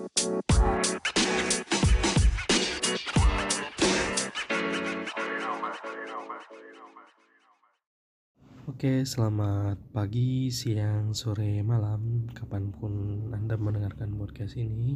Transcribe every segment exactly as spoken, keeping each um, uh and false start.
Oke, selamat pagi, siang, sore, malam, kapanpun Anda mendengarkan podcast ini.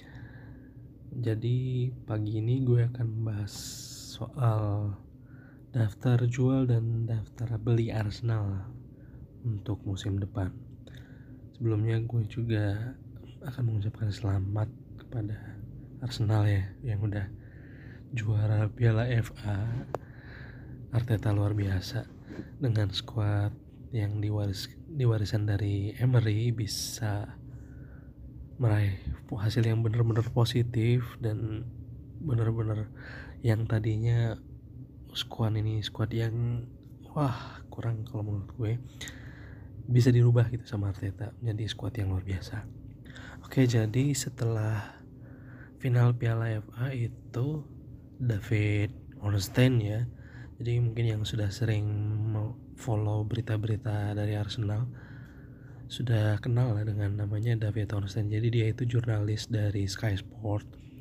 Jadi pagi ini gue akan membahas soal daftar jual dan daftar beli Arsenal untuk musim depan. Sebelumnya gue juga akan mengucapkan selamat kepada Arsenal ya, yang udah juara Piala F A. Arteta luar biasa dengan skuad yang diwaris diwarisan dari Emery, bisa meraih hasil yang benar-benar positif dan benar-benar yang tadinya skuad ini skuad yang wah kurang kalau menurut gue, bisa dirubah gitu sama Arteta menjadi skuad yang luar biasa. Oke, jadi setelah final Piala F A itu David Ornstein ya. Jadi mungkin yang sudah sering follow berita-berita dari Arsenal sudah kenal lah dengan namanya David Ornstein. Jadi dia itu jurnalis dari Sky Sport.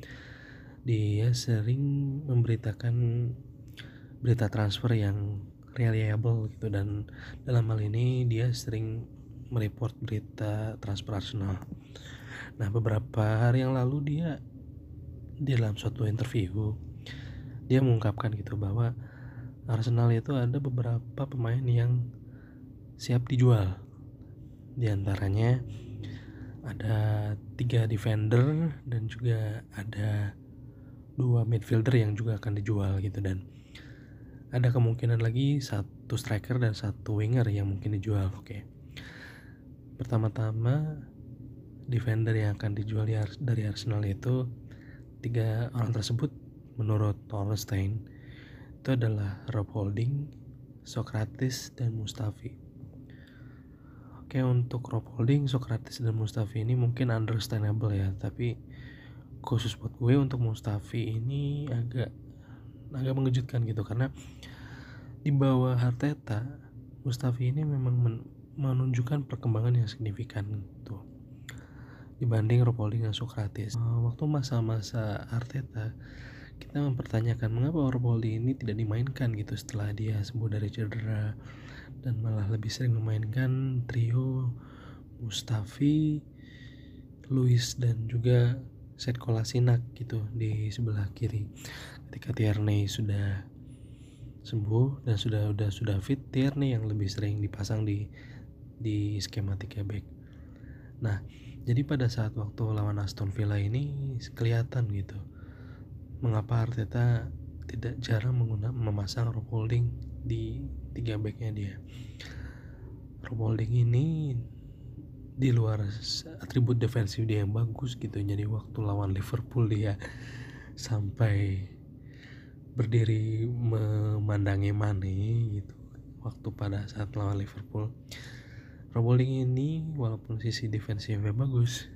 Dia sering memberitakan berita transfer yang reliable gitu, dan dalam hal ini dia sering mereport berita transfer Arsenal. Nah, beberapa hari yang lalu dia di dalam suatu interview dia mengungkapkan gitu bahwa Arsenal itu ada beberapa pemain yang siap dijual. Di antaranya ada tiga defender dan juga ada dua midfielder yang juga akan dijual gitu, dan ada kemungkinan lagi satu striker dan satu winger yang mungkin dijual. Oke. Pertama-tama defender yang akan dijual dari Arsenal itu tiga orang tersebut menurut Ornstein itu adalah Rob Holding, Sokratis, dan Mustafi. Oke, untuk Rob Holding, Sokratis, dan Mustafi ini mungkin understandable ya, tapi khusus buat gue untuk Mustafi ini agak agak mengejutkan gitu, karena di bawah Arteta Mustafi ini memang men- menunjukkan perkembangan yang signifikan tuh dibanding Rob Holding dan Sokratis. Waktu masa-masa Arteta kita mempertanyakan mengapa Rob Holding ini tidak dimainkan gitu setelah dia sembuh dari cedera, dan malah lebih sering memainkan trio Mustafi, Luis, dan juga Sead Kolasinac gitu di sebelah kiri. Ketika Tierney sudah sembuh dan sudah sudah sudah fit, Tierney yang lebih sering dipasang di di skema tiga back. Nah, jadi pada saat waktu lawan Aston Villa ini kelihatan gitu mengapa Arteta tidak jarang menggunakan memasang Rob Holding di tiga backnya dia. Rob Holding ini di luar atribut defensif dia yang bagus gitu, jadi waktu lawan Liverpool dia sampai berdiri memandangi Mane gitu waktu pada saat lawan Liverpool. Rob Holding ini walaupun sisi defensifnya bagus,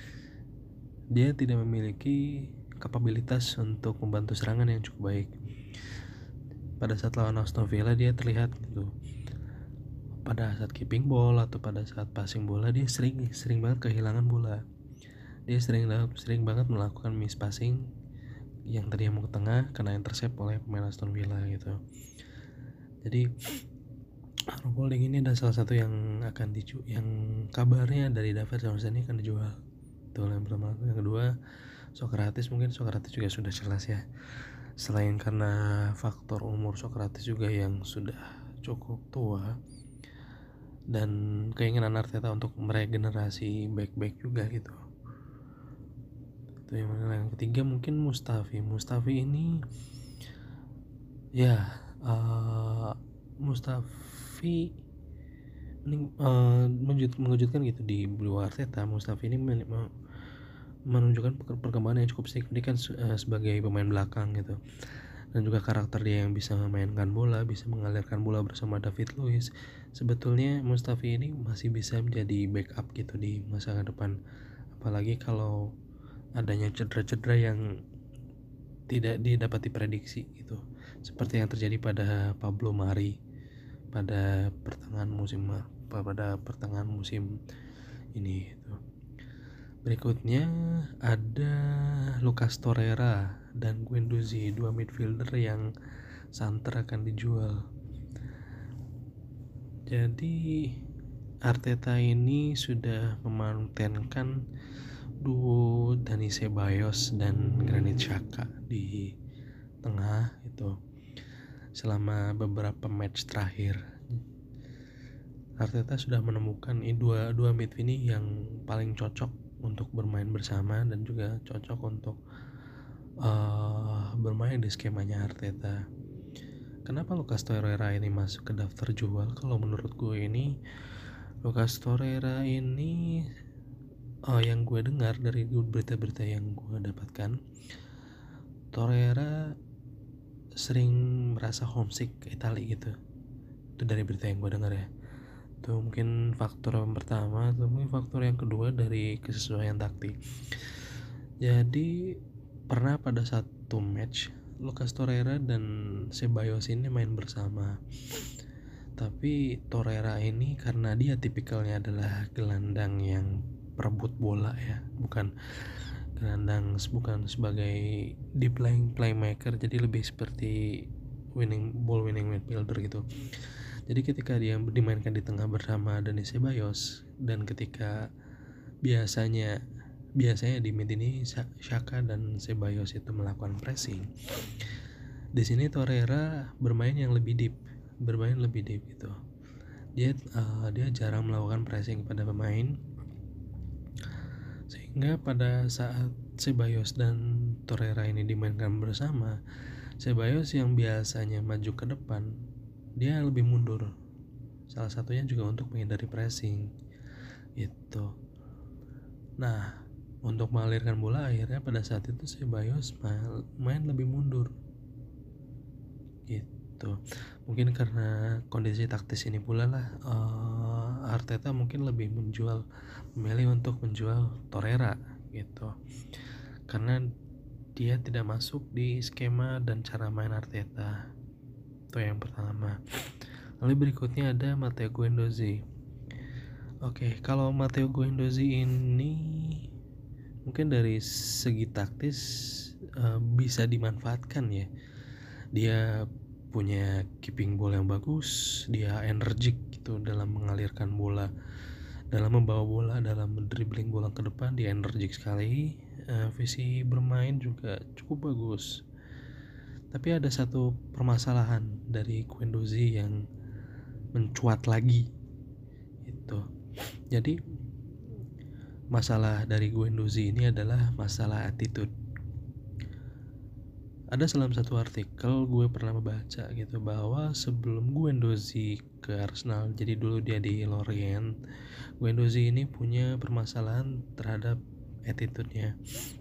dia tidak memiliki kapabilitas untuk membantu serangan yang cukup baik. Pada saat lawan Aston Villa dia terlihat gitu, pada saat keeping ball atau pada saat passing bola dia sering sering banget kehilangan bola. Dia sering sering banget melakukan miss passing yang tadinya mau ke tengah kena intercept oleh pemain Aston Villa gitu. Jadi Rob Holding ini adalah salah satu yang akan dijual, yang kabarnya dari David Ornstein ini akan dijual. Itu yang pertama. Yang kedua, Sokratis, mungkin Sokratis juga sudah jelas ya. Selain karena faktor umur Sokratis juga yang sudah cukup tua dan keinginan Arteta untuk meregenerasi back-back juga gitu. Itu yang mana. Yang ketiga mungkin Mustafi. Mustafi ini ya uh, Mustafi ini uh, mengejutkan gitu di luar Arteta. Mustafi ini men- menunjukkan perkembangan yang cukup signifikan uh, sebagai pemain belakang gitu, dan juga karakter dia yang bisa memainkan bola, bisa mengalirkan bola bersama David Luiz. Sebetulnya Mustafi ini masih bisa menjadi backup gitu di masa depan, apalagi kalau adanya cedera-cedera yang tidak didapat diprediksi gitu, seperti yang terjadi pada Pablo Mari pada pertengahan musim pada pertengahan musim ini gitu. Berikutnya ada Lucas Torreira dan Guendouzi, dua midfielder yang santer akan dijual. Jadi Arteta ini sudah mematenkan duo Dani Ceballos dan Granit Xhaka di tengah itu selama beberapa match terakhir. Arteta sudah menemukan ini dua dua mid ini yang paling cocok untuk bermain bersama dan juga cocok untuk uh, bermain di skemanya Arteta. Kenapa Lucas Torreira ini masuk ke daftar jual? Kalau menurut gue ini Lucas Torreira ini uh, yang gue dengar dari berita-berita yang gue dapatkan, Torreira sering merasa homesick ke Italia gitu. Itu dari berita yang gue dengar ya. Itu mungkin faktor yang pertama, atau mungkin faktor yang kedua dari kesesuaian taktik. Jadi pernah pada satu match Lucas Torreira dan Ceballos ini main bersama, tapi Torreira ini karena dia tipikalnya adalah gelandang yang perebut bola ya, bukan gelandang bukan sebagai deep lying playmaker, jadi lebih seperti winning ball winning midfielder gitu. Jadi ketika dia dimainkan di tengah bersama Dani Ceballos, dan ketika biasanya biasanya di mid ini Xhaka dan Ceballos itu melakukan pressing, di sini Torreira bermain yang lebih deep, bermain lebih deep gitu. Dia uh, dia jarang melakukan pressing pada pemain, sehingga pada saat Ceballos dan Torreira ini dimainkan bersama, Ceballos yang biasanya maju ke depan, dia lebih mundur. Salah satunya juga untuk menghindari pressing gitu. Nah, untuk mengalirkan bola akhirnya pada saat itu Ceballos main lebih mundur gitu. Mungkin karena kondisi taktis ini pula lah uh, Arteta mungkin lebih menjual memilih untuk menjual Torreira gitu, karena dia tidak masuk di skema dan cara main Arteta. Itu yang pertama. Lalu berikutnya ada Matteo Guendouzi. Oke, kalau Matteo Guendouzi ini mungkin dari segi taktis uh, bisa dimanfaatkan ya. Dia punya keeping bola yang bagus, dia energik gitu dalam mengalirkan bola, dalam membawa bola, dalam dribbling bola ke depan, dia energik sekali. Uh, visi bermain juga cukup bagus. Tapi ada satu permasalahan dari Guendouzi yang mencuat lagi itu. Jadi masalah dari Guendouzi ini adalah masalah attitude. Ada dalam satu artikel gue pernah membaca gitu bahwa sebelum Guendouzi ke Arsenal, jadi dulu dia di Lorient, Guendouzi ini punya permasalahan terhadap attitude-nya.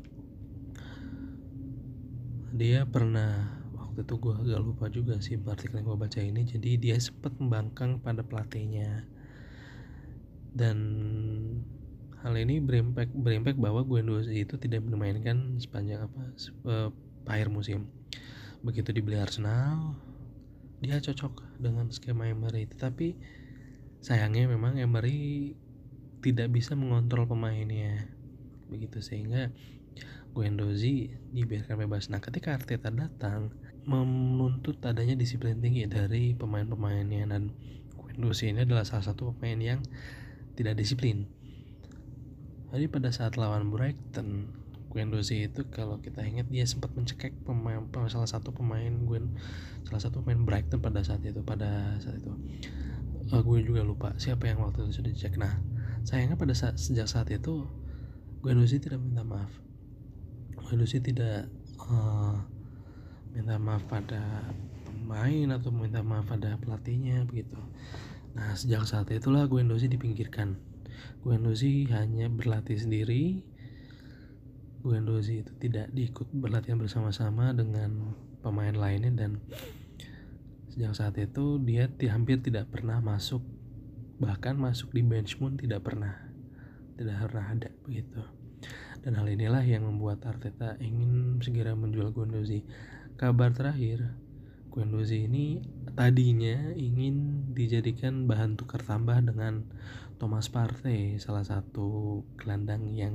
Dia pernah, waktu itu gue agak lupa juga sih artikel yang gue baca ini, jadi dia sempat membangkang pada pelatihnya, dan hal ini berimpact berimpact bahwa Guendouzi itu tidak dimainkan sepanjang apa akhir musim. Begitu dibeli Arsenal, dia cocok dengan skema Emery, tetapi sayangnya memang Emery tidak bisa mengontrol pemainnya begitu, sehingga Guendouzi dibiarkan bebas. Nah, ketika Arteta datang menuntut adanya disiplin tinggi dari pemain-pemainnya, dan Guendouzi ini adalah salah satu pemain yang tidak disiplin. Jadi pada saat lawan Brighton, Guendouzi itu kalau kita ingat dia sempat mencekik pemain, salah satu pemain gue salah satu pemain Brighton pada saat itu pada saat itu uh, gue juga lupa siapa yang waktu itu sudah dicek. Nah, sayangnya pada saat sejak saat itu Guendouzi tidak minta maaf. Guendouzi tidak uh, minta maaf pada pemain atau minta maaf pada pelatihnya begitu. Nah, sejak saat itulah Guendouzi dipinggirkan. Guendouzi hanya berlatih sendiri. Guendouzi itu tidak diikut berlatihan bersama-sama dengan pemain lainnya, dan sejak saat itu dia hampir tidak pernah masuk, bahkan masuk di bench pun tidak pernah tidak pernah ada begitu. Dan hal inilah yang membuat Arteta ingin segera menjual Guendouzi. Kabar terakhir, Guendouzi ini tadinya ingin dijadikan bahan tukar tambah dengan Thomas Partey, salah satu gelandang yang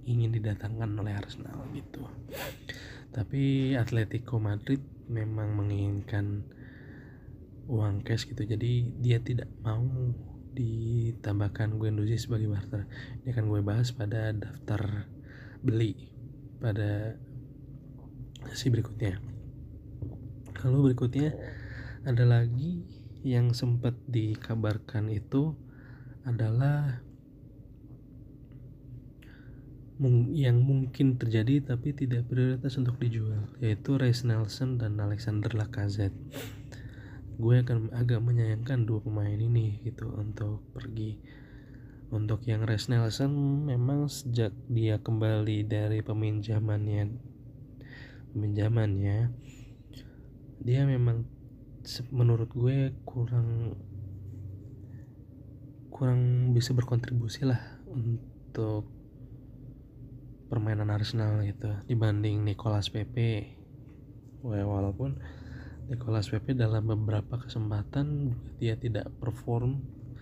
ingin didatangkan oleh Arsenal gitu. Tapi Atletico Madrid memang menginginkan uang cash gitu, jadi dia tidak mau ditambahkan Guendouzi sebagai barter. Ini akan gue bahas pada daftar beli pada sesi berikutnya. Lalu berikutnya ada lagi yang sempat dikabarkan itu adalah yang mungkin terjadi tapi tidak prioritas untuk dijual, yaitu Reiss Nelson dan Alexander Lacazette. Gue akan agak menyayangkan dua pemain ini gitu untuk pergi. Untuk yang Reiss Nelson, memang sejak dia kembali dari peminjamannya peminjamannya dia memang menurut gue kurang kurang bisa berkontribusi lah untuk permainan Arsenal gitu dibanding Nicolas Pepe. Walaupun Nicolas Pepe dalam beberapa kesempatan dia tidak perform,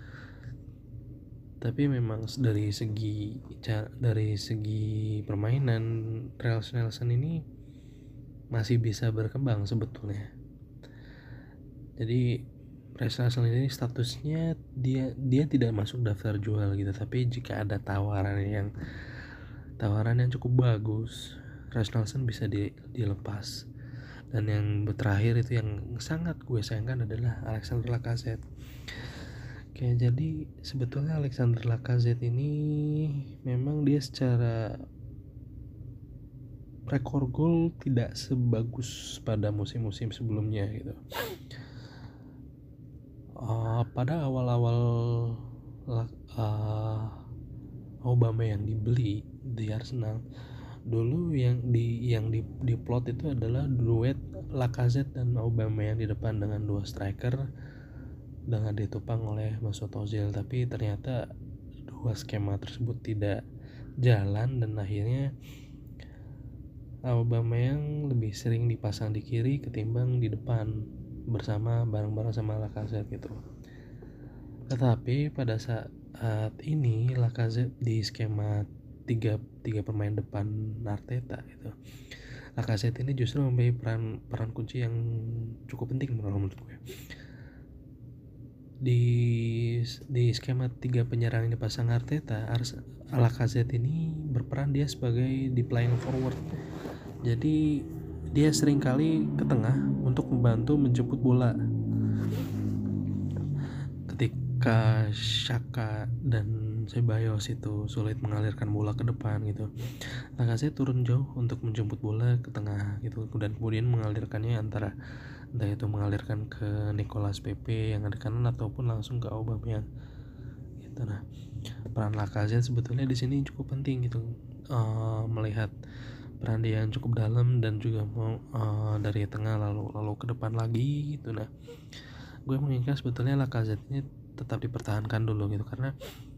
tapi memang dari segi dari segi permainan Reiss Nelson ini masih bisa berkembang sebetulnya. Jadi Reiss Nelson ini statusnya dia dia tidak masuk daftar jual gitu, tapi jika ada tawaran yang tawaran yang cukup bagus, Reiss Nelson bisa di, dilepas. Dan yang terakhir itu yang sangat gue sayangkan adalah Alexander Lacazette. Oke, jadi sebetulnya Alexander Lacazette ini memang dia secara rekor gol tidak sebagus pada musim-musim sebelumnya gitu. Uh, pada awal-awal uh, Aubameyang dibeli di Arsenal dulu, yang di yang di, di plot itu adalah duet Lacazette dan Aubameyang di depan dengan dua striker dengan ditopang oleh Mesut Ozil. Tapi ternyata dua skema tersebut tidak jalan dan akhirnya Aubameyang lebih sering dipasang di kiri ketimbang di depan bersama bareng-bareng sama Lacazette gitu. Tetapi pada saat Saat ini Lacazette di skema tiga, tiga pemain depan Arteta gitu. Lacazette ini justru memiliki peran peran kunci yang cukup penting menurut gue. Di di skema tiga penyerang yang dipasang Arteta, Lacazette ini berperan dia sebagai di playing forward. Jadi dia seringkali ke tengah untuk membantu menjemput bola. Ketika Xhaka dan Ceballos itu sulit mengalirkan bola ke depan gitu, Lacazette turun jauh untuk menjemput bola ke tengah gitu, dan kemudian mengalirkannya antara entah itu mengalirkan ke Nicolas Pepe yang ada kanan ataupun langsung ke Aubameyang gitu. Nah, peran Lacazette sebetulnya di sini cukup penting gitu, uh, melihat peran dia yang cukup dalam dan juga mau uh, dari tengah lalu lalu ke depan lagi gitu. Nah, gue menginginkan sebetulnya Lacazette ini tetap dipertahankan dulu gitu, karena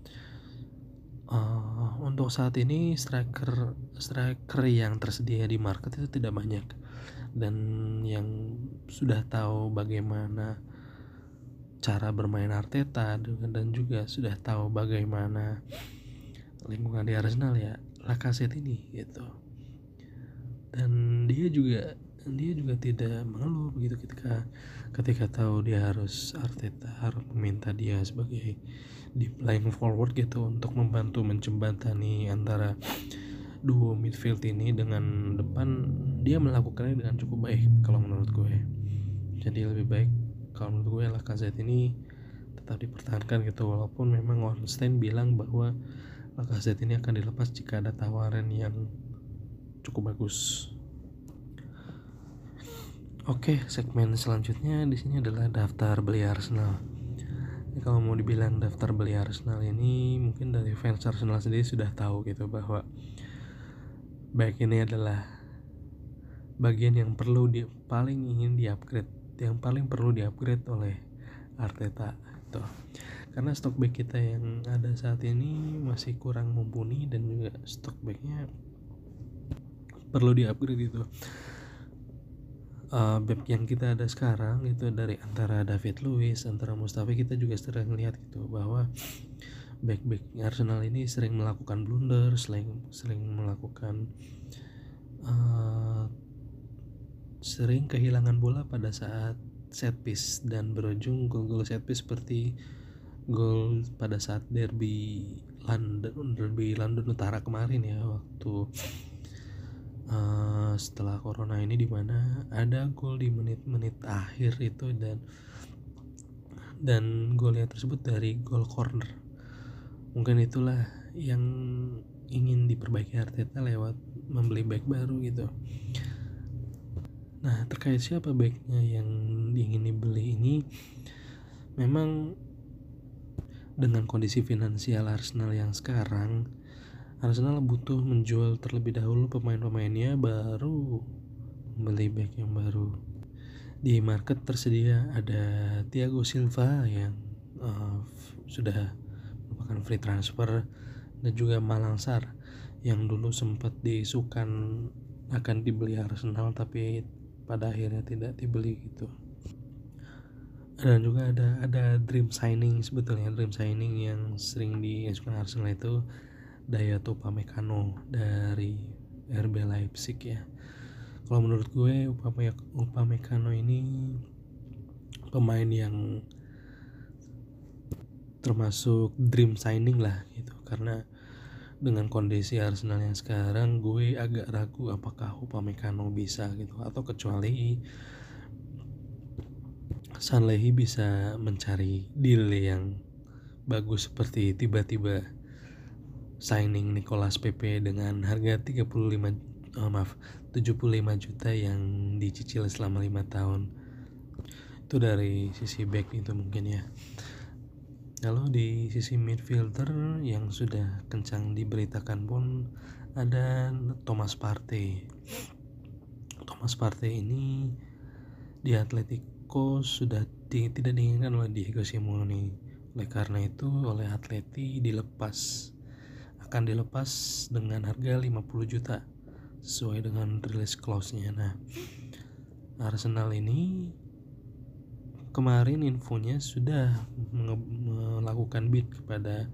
uh, untuk saat ini striker striker yang tersedia di market itu tidak banyak, dan yang sudah tahu bagaimana cara bermain Arteta dan juga sudah tahu bagaimana lingkungan di Arsenal ya Lacazette ini gitu. Dan dia juga dia juga tidak mengeluh begitu ketika ketika tahu dia harus Arteta harus meminta dia sebagai di playing forward gitu untuk membantu menjembatani antara duo midfield ini dengan depan. Dia melakukannya dengan cukup baik kalau menurut gue. Jadi lebih baik kalau menurut gue Lacazette ini tetap dipertahankan gitu, walaupun memang Ornstein bilang bahwa Lacazette ini akan dilepas jika ada tawaran yang cukup bagus. Oke, segmen selanjutnya di sini adalah daftar beli Arsenal. Jadi kalau mau dibilang daftar beli Arsenal ini, mungkin dari fans Arsenal sendiri sudah tahu gitu bahwa baik ini adalah bagian yang perlu di paling ingin di-upgrade, yang paling perlu di-upgrade oleh Arteta itu. Karena stok back kita yang ada saat ini masih kurang mumpuni dan juga stok backnya perlu di-upgrade gitu. Uh, back yang kita ada sekarang itu dari antara David Luiz, antara Mustafi, kita juga sering lihat gitu bahwa back-back Arsenal ini sering melakukan blunder, sering sering melakukan uh, sering kehilangan bola pada saat set piece dan berujung gol-gol set piece seperti gol pada saat derby London derby London Utara kemarin ya, waktu uh, setelah corona ini, dimana ada gol di menit-menit akhir itu dan dan golnya tersebut dari gol corner. Mungkin itulah yang ingin diperbaiki Arteta lewat membeli back baru gitu. Nah, terkait siapa backnya yang ingin dibeli ini, memang dengan kondisi finansial Arsenal yang sekarang, Arsenal butuh menjual terlebih dahulu pemain-pemainnya baru membeli back yang baru. Di market tersedia ada Thiago Silva yang uh, sudah merupakan free transfer, dan juga Malang Sarr yang dulu sempat diisukan akan dibeli Arsenal tapi pada akhirnya tidak dibeli gitu. Dan juga ada ada dream signing, sebetulnya dream signing yang sering diisukan Arsenal itu Dayot Upamecano dari R B Leipzig ya. Kalau menurut gue Upamecano ini pemain yang termasuk dream signing lah gitu, karena dengan kondisi Arsenal yang sekarang gue agak ragu apakah Upamecano bisa gitu, atau kecuali Sanlehi bisa mencari deal yang bagus seperti tiba-tiba signing Nicolas Pepe dengan harga tiga puluh lima oh maaf tujuh puluh lima juta yang dicicil selama lima tahun. Itu dari sisi back itu mungkin ya. Lalu di sisi midfielder yang sudah kencang diberitakan pun ada Thomas Partey. Thomas Partey ini di Atletico sudah di, tidak diinginkan oleh Diego Simeone. Oleh karena itu oleh Atleti dilepas. Akan dilepas dengan harga lima puluh juta sesuai dengan release clause-nya. Nah, Arsenal ini kemarin infonya sudah melakukan bid kepada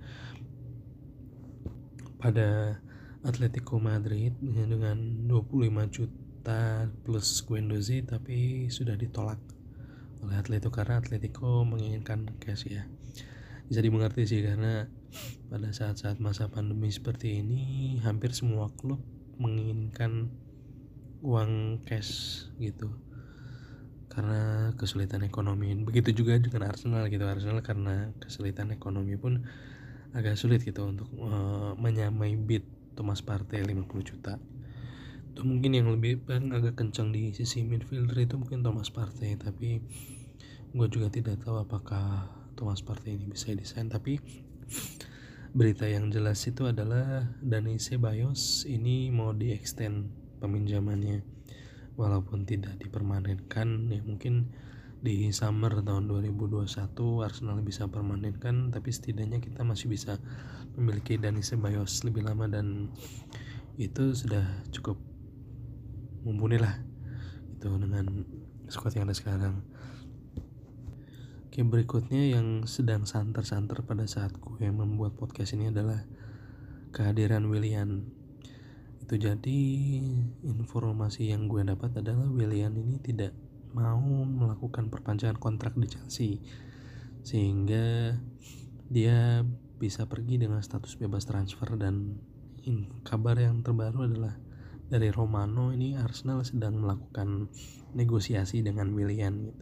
pada Atletico Madrid dengan dua puluh lima juta plus Guendouzi, tapi sudah ditolak oleh Atletico karena Atletico menginginkan cash ya. Bisa dimengerti sih, karena pada saat-saat masa pandemi seperti ini hampir semua klub menginginkan uang cash gitu, karena kesulitan ekonomi. Begitu juga dengan Arsenal gitu. Arsenal karena kesulitan ekonomi pun agak sulit gitu untuk uh, menyamai bid Thomas Partey lima puluh juta. Itu mungkin yang lebih yang agak kencang di sisi midfielder itu mungkin Thomas Partey, tapi gue juga tidak tahu apakah Thomas Partey ini bisa desain. Tapi berita yang jelas itu adalah Dani Ceballos ini mau di extend peminjamannya, walaupun tidak dipermanenkan ya. Mungkin di summer tahun dua ribu dua puluh satu Arsenal bisa permanenkan, tapi setidaknya kita masih bisa memiliki Dani Ceballos lebih lama, dan itu sudah cukup mumpuni lah itu dengan squad yang ada sekarang. Oke, berikutnya yang sedang santer-santer pada saat gue membuat podcast ini adalah kehadiran Willian. Itu jadi informasi yang gue dapat adalah Willian ini tidak mau melakukan perpanjangan kontrak di Chelsea, sehingga dia bisa pergi dengan status bebas transfer. Dan in, kabar yang terbaru adalah dari Romano, ini Arsenal sedang melakukan negosiasi dengan Willian gitu.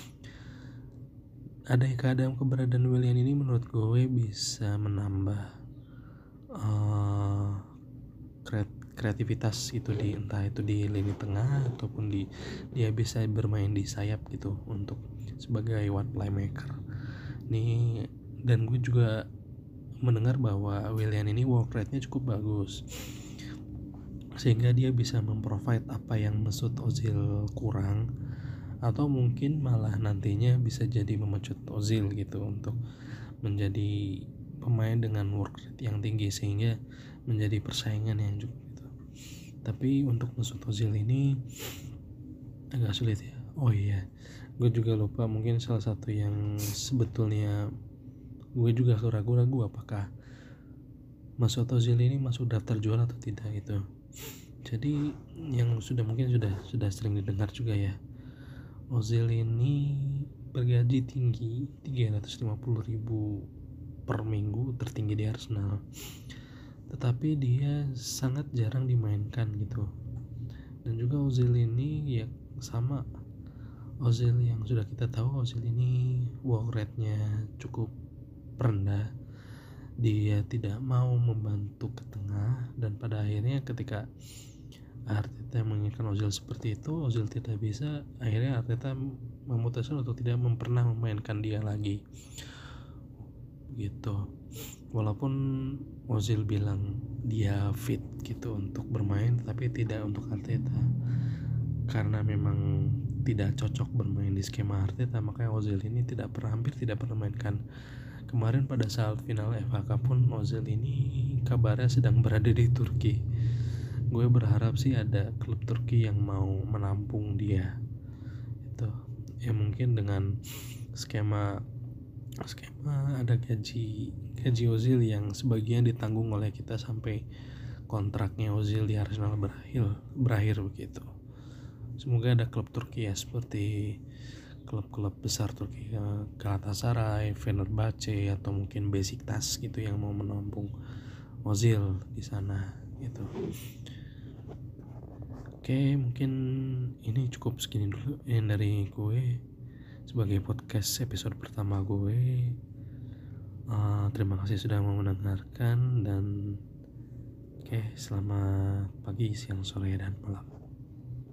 Ada keadaan keberadaan Willian ini menurut gue bisa menambah uh, kreativitas itu di entah itu di lini tengah ataupun di dia bisa bermain di sayap gitu untuk sebagai one playmaker nih. Dan gue juga mendengar bahwa Willian ini work rate-nya cukup bagus, sehingga dia bisa memprovide apa yang Mesut Ozil kurang, atau mungkin malah nantinya bisa jadi memecut Ozil gitu untuk menjadi pemain dengan work rate yang tinggi sehingga menjadi persaingan yang cukup gitu. Tapi untuk Mesut Ozil ini agak sulit ya. Oh iya, gue juga lupa, mungkin salah satu yang sebetulnya gue juga ragu-ragu apakah Mesut Ozil ini masuk daftar juara atau tidak itu. Jadi yang sudah mungkin sudah sudah sering didengar juga ya, Ozil ini bergaji tinggi tiga ratus lima puluh ribu per minggu, tertinggi di Arsenal, tetapi dia sangat jarang dimainkan gitu. Dan juga Ozil ini ya sama, Ozil yang sudah kita tahu, Ozil ini work rate-nya cukup rendah. Dia tidak mau membantu ke tengah, dan pada akhirnya ketika Arteta menginginkan Ozil seperti itu, Ozil tidak bisa. Akhirnya Arteta memutuskan untuk tidak pernah memainkan dia lagi gitu. Walaupun Ozil bilang dia fit gitu untuk bermain, tapi tidak untuk Arteta, karena memang tidak cocok bermain di skema Arteta. Makanya Ozil ini tidak pernah hampir tidak pernah mainkan. Kemarin pada saat final F A Cup pun Ozil ini kabarnya sedang berada di Turki. Gue berharap sih ada klub Turki yang mau menampung dia. Itu ya, mungkin dengan skema skema ada gaji gaji Ozil yang sebagian ditanggung oleh kita sampai kontraknya Ozil di Arsenal berakhir berakhir begitu. Semoga ada klub Turki ya, seperti klub-klub besar Turki, Galatasaray, Fenerbahce, atau mungkin Besiktas gitu yang mau menampung Ozil di sana gitu. Oke, mungkin ini cukup segini dulu yang dari gue sebagai podcast episode pertama gue. Uh, terima kasih sudah mau mendengarkan, dan oke, selamat pagi, siang, sore, dan malam.